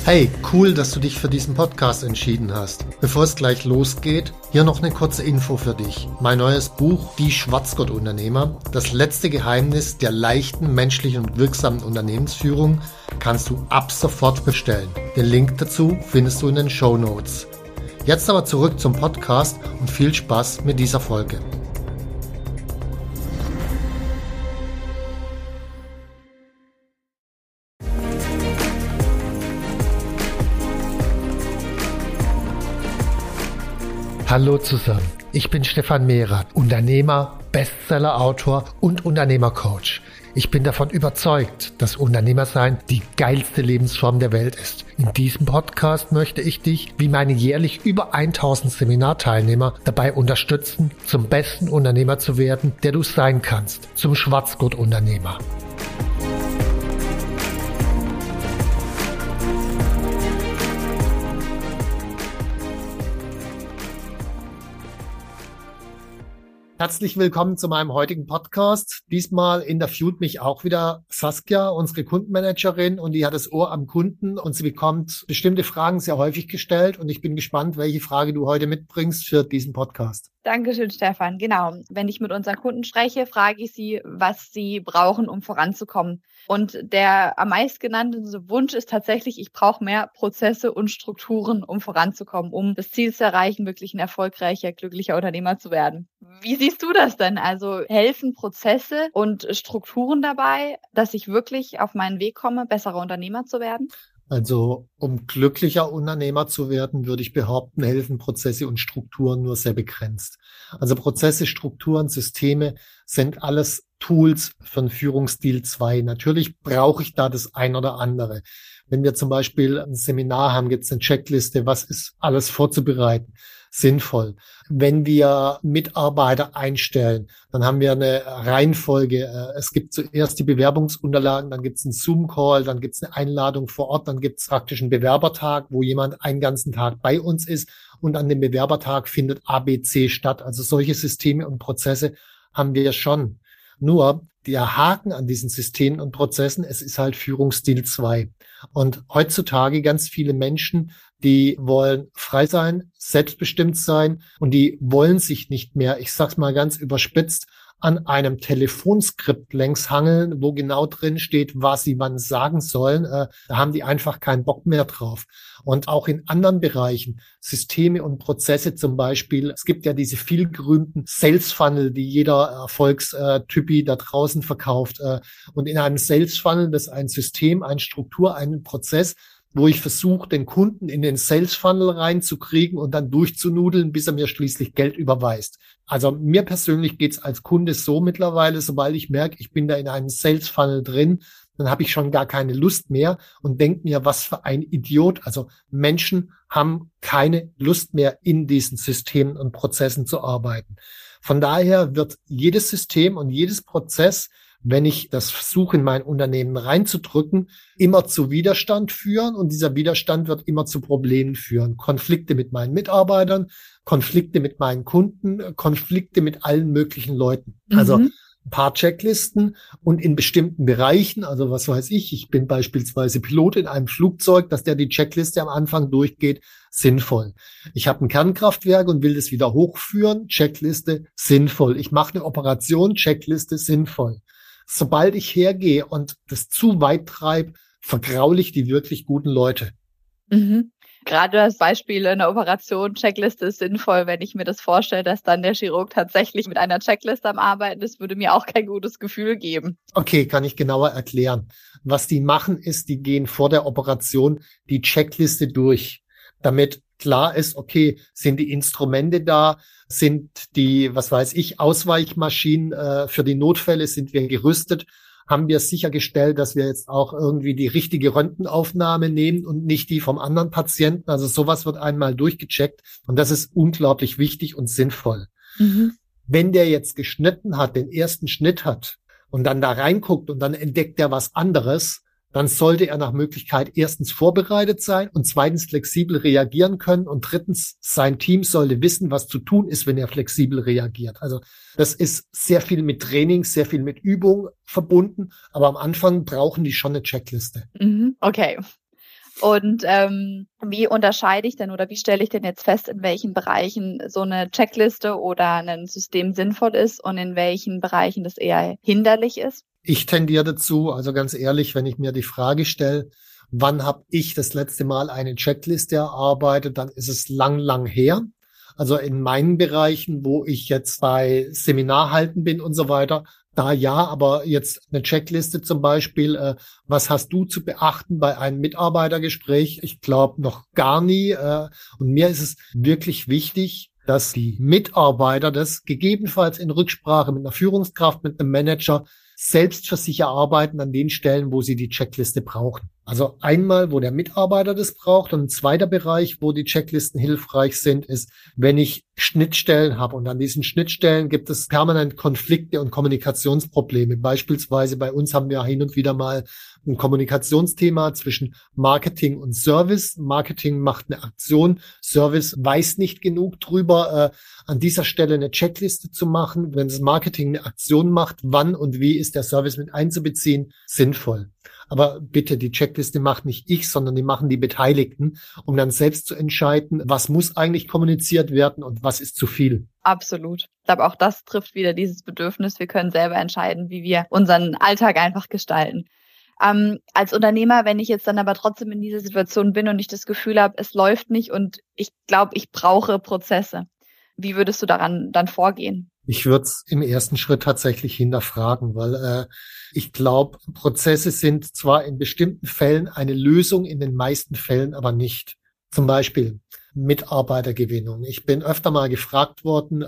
Hey, cool, dass du dich für diesen Podcast entschieden hast. Bevor es gleich losgeht, hier noch eine kurze Info für dich. Mein neues Buch, Die Schwarzgurt-Unternehmer, das letzte Geheimnis der leichten, menschlichen und wirksamen Unternehmensführung, kannst du ab sofort bestellen. Den Link dazu findest du in den Shownotes. Jetzt aber zurück zum Podcast und viel Spaß mit dieser Folge. Hallo zusammen, ich bin Stefan Mehrath, Unternehmer, Bestseller-Autor und Unternehmercoach. Ich bin davon überzeugt, dass Unternehmersein die geilste Lebensform der Welt ist. In diesem Podcast möchte ich dich, wie meine jährlich über 1000 Seminarteilnehmer, dabei unterstützen, zum besten Unternehmer zu werden, der du sein kannst, zum Schwarzgurt-Unternehmer. Herzlich willkommen zu meinem heutigen Podcast. Diesmal interviewt mich auch wieder Saskia, unsere Kundenmanagerin, und die hat das Ohr am Kunden und sie bekommt bestimmte Fragen sehr häufig gestellt und ich bin gespannt, welche Frage du heute mitbringst für diesen Podcast. Dankeschön, Stefan. Genau. Wenn ich mit unseren Kunden spreche, frage ich sie, was sie brauchen, um voranzukommen. Und der am meisten genannte Wunsch ist tatsächlich, ich brauche mehr Prozesse und Strukturen, um voranzukommen, um das Ziel zu erreichen, wirklich ein erfolgreicher, glücklicher Unternehmer zu werden. Wie siehst du das denn? Also helfen Prozesse und Strukturen dabei, dass ich wirklich auf meinen Weg komme, besserer Unternehmer zu werden? Also, um glücklicher Unternehmer zu werden, würde ich behaupten, helfen Prozesse und Strukturen nur sehr begrenzt. Also Prozesse, Strukturen, Systeme sind alles Tools für einen Führungsstil 2. Natürlich brauche ich da das ein oder andere. Wenn wir zum Beispiel ein Seminar haben, gibt es eine Checkliste, was ist alles vorzubereiten, sinnvoll. Wenn wir Mitarbeiter einstellen, dann haben wir eine Reihenfolge. Es gibt zuerst die Bewerbungsunterlagen, dann gibt es einen Zoom-Call, dann gibt es eine Einladung vor Ort, dann gibt es praktisch einen Bewerbertag, wo jemand einen ganzen Tag bei uns ist und an dem Bewerbertag findet ABC statt. Also solche Systeme und Prozesse haben wir schon. Nur der Haken an diesen Systemen und Prozessen, es ist halt Führungsstil 2. Und heutzutage ganz viele Menschen, die wollen frei sein, selbstbestimmt sein und die wollen sich nicht mehr, ich sag's mal ganz überspitzt, an einem Telefonskript längs hangeln, wo genau drin steht, was sie wann sagen sollen. Da haben die einfach keinen Bock mehr drauf. Und auch in anderen Bereichen, Systeme und Prozesse zum Beispiel. Es gibt ja diese vielgerühmten Sales Funnel, die jeder Erfolgstypi da draußen verkauft. Und in einem Sales Funnel, das ist ein System, eine Struktur, einen Prozess, wo ich versuche, den Kunden in den Sales Funnel reinzukriegen und dann durchzunudeln, bis er mir schließlich Geld überweist. Also mir persönlich geht's als Kunde so mittlerweile, sobald ich merke, ich bin da in einem Sales Funnel drin, dann habe ich schon gar keine Lust mehr und denke mir, was für ein Idiot. Also Menschen haben keine Lust mehr, in diesen Systemen und Prozessen zu arbeiten. Von daher wird jedes System und jedes Prozess, wenn ich das versuche, in mein Unternehmen reinzudrücken, immer zu Widerstand führen und dieser Widerstand wird immer zu Problemen führen. Konflikte mit meinen Mitarbeitern, Konflikte mit meinen Kunden, Konflikte mit allen möglichen Leuten. Also ein paar Checklisten und in bestimmten Bereichen, also was weiß ich bin beispielsweise Pilot in einem Flugzeug, dass der die Checkliste am Anfang durchgeht, sinnvoll. Ich habe ein Kernkraftwerk und will das wieder hochführen, Checkliste, sinnvoll. Ich mache eine Operation, Checkliste, sinnvoll. Sobald ich hergehe und das zu weit treibe, vergraule ich die wirklich guten Leute. Mhm. Gerade das Beispiel einer Operation, Checkliste ist sinnvoll, wenn ich mir das vorstelle, dass dann der Chirurg tatsächlich mit einer Checkliste am Arbeiten ist, würde mir auch kein gutes Gefühl geben. Okay, kann ich genauer erklären. Was die machen ist, die gehen vor der Operation die Checkliste durch, damit klar ist, okay, sind die Instrumente da, sind die, was weiß ich, Ausweichmaschinen für die Notfälle, sind wir gerüstet, haben wir sichergestellt, dass wir jetzt auch irgendwie die richtige Röntgenaufnahme nehmen und nicht die vom anderen Patienten. Also sowas wird einmal durchgecheckt und das ist unglaublich wichtig und sinnvoll. Wenn der jetzt geschnitten hat, den ersten Schnitt hat und dann da reinguckt und dann entdeckt er was anderes, dann sollte er nach Möglichkeit erstens vorbereitet sein und zweitens flexibel reagieren können und drittens sein Team sollte wissen, was zu tun ist, wenn er flexibel reagiert. Also das ist sehr viel mit Training, sehr viel mit Übung verbunden, aber am Anfang brauchen die schon eine Checkliste. Okay. Und wie unterscheide ich denn oder wie stelle ich denn jetzt fest, in welchen Bereichen so eine Checkliste oder ein System sinnvoll ist und in welchen Bereichen das eher hinderlich ist? Ich tendiere dazu, also ganz ehrlich, wenn ich mir die Frage stelle, wann habe ich das letzte Mal eine Checkliste erarbeitet, dann ist es lang her. Also in meinen Bereichen, wo ich jetzt bei Seminarhalten bin und so weiter, da ja, aber jetzt eine Checkliste zum Beispiel, was hast du zu beachten bei einem Mitarbeitergespräch? Ich glaube noch gar nie. Und mir ist es wirklich wichtig, dass die Mitarbeiter das gegebenenfalls in Rücksprache mit einer Führungskraft, mit einem Manager selbst für sich erarbeiten an den Stellen, wo sie die Checkliste brauchen. Also einmal, wo der Mitarbeiter das braucht, und ein zweiter Bereich, wo die Checklisten hilfreich sind, ist, wenn ich Schnittstellen habe. Und an diesen Schnittstellen gibt es permanent Konflikte und Kommunikationsprobleme. Beispielsweise bei uns haben wir hin und wieder mal ein Kommunikationsthema zwischen Marketing und Service. Marketing macht eine Aktion, Service weiß nicht genug drüber, an dieser Stelle eine Checkliste zu machen. Wenn das Marketing eine Aktion macht, wann und wie ist der Service mit einzubeziehen, sinnvoll. Aber bitte, die Checkliste macht nicht ich, sondern die machen die Beteiligten, um dann selbst zu entscheiden, was muss eigentlich kommuniziert werden und was ist zu viel. Absolut. Ich glaube, auch das trifft wieder dieses Bedürfnis. Wir können selber entscheiden, wie wir unseren Alltag einfach gestalten. Als Unternehmer, wenn ich jetzt dann aber trotzdem in dieser Situation bin und ich das Gefühl habe, es läuft nicht und ich glaube, ich brauche Prozesse. Wie würdest du daran dann vorgehen? Ich würde es im ersten Schritt tatsächlich hinterfragen, weil ich glaube, Prozesse sind zwar in bestimmten Fällen eine Lösung, in den meisten Fällen aber nicht. Zum Beispiel Mitarbeitergewinnung. Ich bin öfter mal gefragt worden,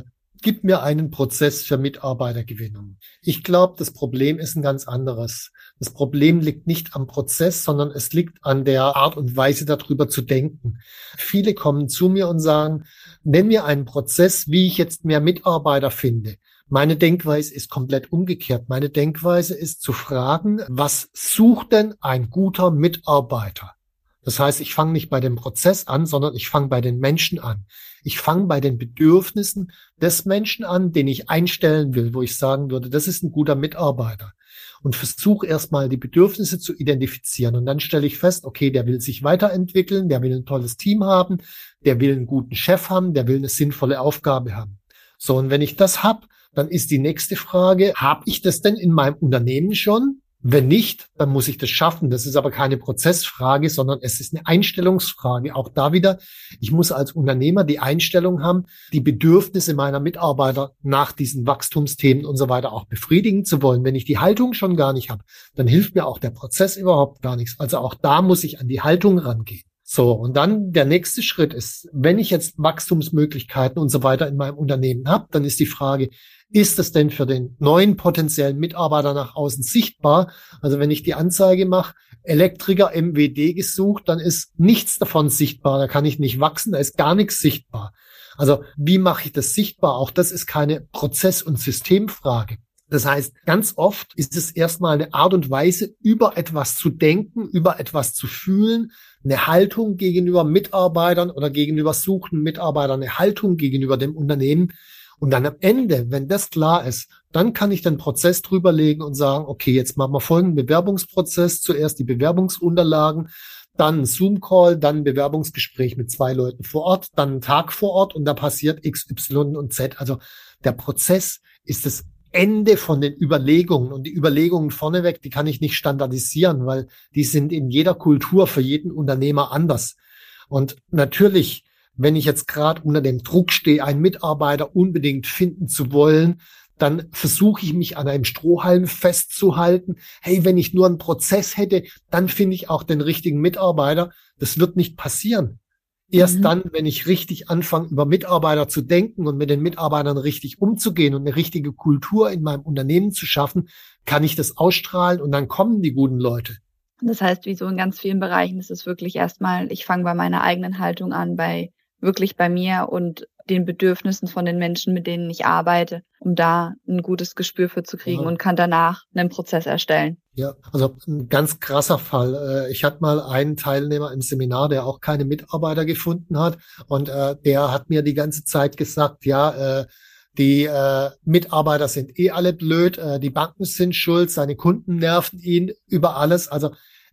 gib mir einen Prozess für Mitarbeitergewinnung. Ich glaube, das Problem ist ein ganz anderes. Das Problem liegt nicht am Prozess, sondern es liegt an der Art und Weise, darüber zu denken. Viele kommen zu mir und sagen, nenn mir einen Prozess, wie ich jetzt mehr Mitarbeiter finde. Meine Denkweise ist komplett umgekehrt. Meine Denkweise ist zu fragen, was sucht denn ein guter Mitarbeiter? Das heißt, ich fange nicht bei dem Prozess an, sondern ich fange bei den Menschen an. Ich fange bei den Bedürfnissen des Menschen an, den ich einstellen will, wo ich sagen würde, das ist ein guter Mitarbeiter. Und versuche erstmal die Bedürfnisse zu identifizieren. Und dann stelle ich fest, okay, der will sich weiterentwickeln, der will ein tolles Team haben, der will einen guten Chef haben, der will eine sinnvolle Aufgabe haben. So, und wenn ich das habe, dann ist die nächste Frage, habe ich das denn in meinem Unternehmen schon? Wenn nicht, dann muss ich das schaffen. Das ist aber keine Prozessfrage, sondern es ist eine Einstellungsfrage. Auch da wieder, ich muss als Unternehmer die Einstellung haben, die Bedürfnisse meiner Mitarbeiter nach diesen Wachstumsthemen und so weiter auch befriedigen zu wollen. Wenn ich die Haltung schon gar nicht habe, dann hilft mir auch der Prozess überhaupt gar nichts. Also auch da muss ich an die Haltung rangehen. So, und dann der nächste Schritt ist, wenn ich jetzt Wachstumsmöglichkeiten und so weiter in meinem Unternehmen habe, dann ist die Frage, ist es denn für den neuen potenziellen Mitarbeiter nach außen sichtbar? Also wenn ich die Anzeige mache, Elektriker MWD gesucht, dann ist nichts davon sichtbar. Da kann ich nicht wachsen, da ist gar nichts sichtbar. Also wie mache ich das sichtbar? Auch das ist keine Prozess- und Systemfrage. Das heißt, ganz oft ist es erstmal eine Art und Weise, über etwas zu denken, über etwas zu fühlen, eine Haltung gegenüber Mitarbeitern oder gegenüber suchenden Mitarbeitern, eine Haltung gegenüber dem Unternehmen. Und dann am Ende, wenn das klar ist, dann kann ich den Prozess drüberlegen und sagen, okay, jetzt machen wir folgenden Bewerbungsprozess. Zuerst die Bewerbungsunterlagen, dann ein Zoom-Call, dann ein Bewerbungsgespräch mit 2 Leuten vor Ort, dann ein Tag vor Ort und da passiert X, Y und Z. Also der Prozess ist das Ende von den Überlegungen. Und die Überlegungen vorneweg, die kann ich nicht standardisieren, weil die sind in jeder Kultur für jeden Unternehmer anders. Und natürlich, wenn ich jetzt gerade unter dem Druck stehe, einen Mitarbeiter unbedingt finden zu wollen, dann versuche ich mich an einem Strohhalm festzuhalten. Hey, wenn ich nur einen Prozess hätte, dann finde ich auch den richtigen Mitarbeiter. Das wird nicht passieren. Erst dann, wenn ich richtig anfange, über Mitarbeiter zu denken und mit den Mitarbeitern richtig umzugehen und eine richtige Kultur in meinem Unternehmen zu schaffen, kann ich das ausstrahlen und dann kommen die guten Leute. Das heißt, wie so in ganz vielen Bereichen ist es wirklich erstmal, ich fange bei meiner eigenen Haltung an, wirklich bei mir und den Bedürfnissen von den Menschen, mit denen ich arbeite, um da ein gutes Gespür für zu kriegen und kann danach einen Prozess erstellen. Ja, also ein ganz krasser Fall. Ich hatte mal einen Teilnehmer im Seminar, der auch keine Mitarbeiter gefunden hat und der hat mir die ganze Zeit gesagt, ja, die Mitarbeiter sind alle blöd, die Banken sind schuld, seine Kunden nerven ihn über alles. Also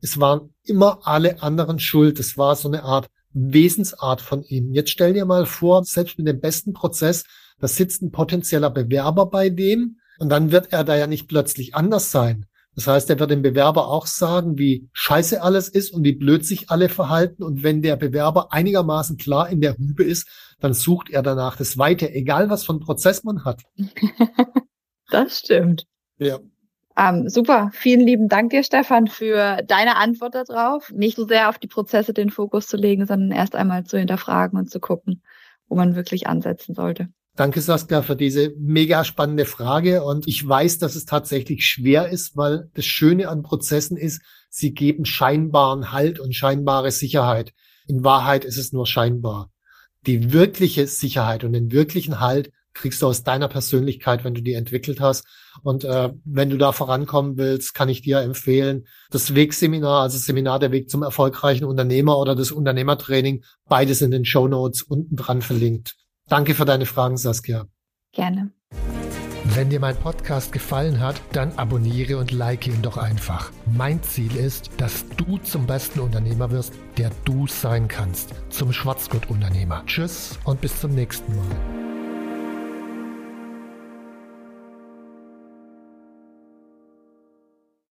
Es waren immer alle anderen schuld. Es war so eine Art Wesensart von ihm. Jetzt stell dir mal vor, selbst mit dem besten Prozess, da sitzt ein potenzieller Bewerber bei dem und dann wird er da ja nicht plötzlich anders sein. Das heißt, er wird dem Bewerber auch sagen, wie scheiße alles ist und wie blöd sich alle verhalten. Und wenn der Bewerber einigermaßen klar in der Rübe ist, dann sucht er danach das Weite, egal was für einen Prozess man hat. Das stimmt. Ja. Super. Vielen lieben Dank dir, Stefan, für deine Antwort darauf. Nicht so sehr auf die Prozesse den Fokus zu legen, sondern erst einmal zu hinterfragen und zu gucken, wo man wirklich ansetzen sollte. Danke, Saskia, für diese mega spannende Frage. Und ich weiß, dass es tatsächlich schwer ist, weil das Schöne an Prozessen ist, sie geben scheinbaren Halt und scheinbare Sicherheit. In Wahrheit ist es nur scheinbar. Die wirkliche Sicherheit und den wirklichen Halt kriegst du aus deiner Persönlichkeit, wenn du die entwickelt hast. Und wenn du da vorankommen willst, kann ich dir empfehlen, das Wegseminar, also das Seminar Der Weg zum erfolgreichen Unternehmer oder das Unternehmertraining, beides in den Shownotes unten dran verlinkt. Danke für deine Fragen, Saskia. Gerne. Wenn dir mein Podcast gefallen hat, dann abonniere und like ihn doch einfach. Mein Ziel ist, dass du zum besten Unternehmer wirst, der du sein kannst. Zum Schwarzgurt-Unternehmer. Tschüss und bis zum nächsten Mal.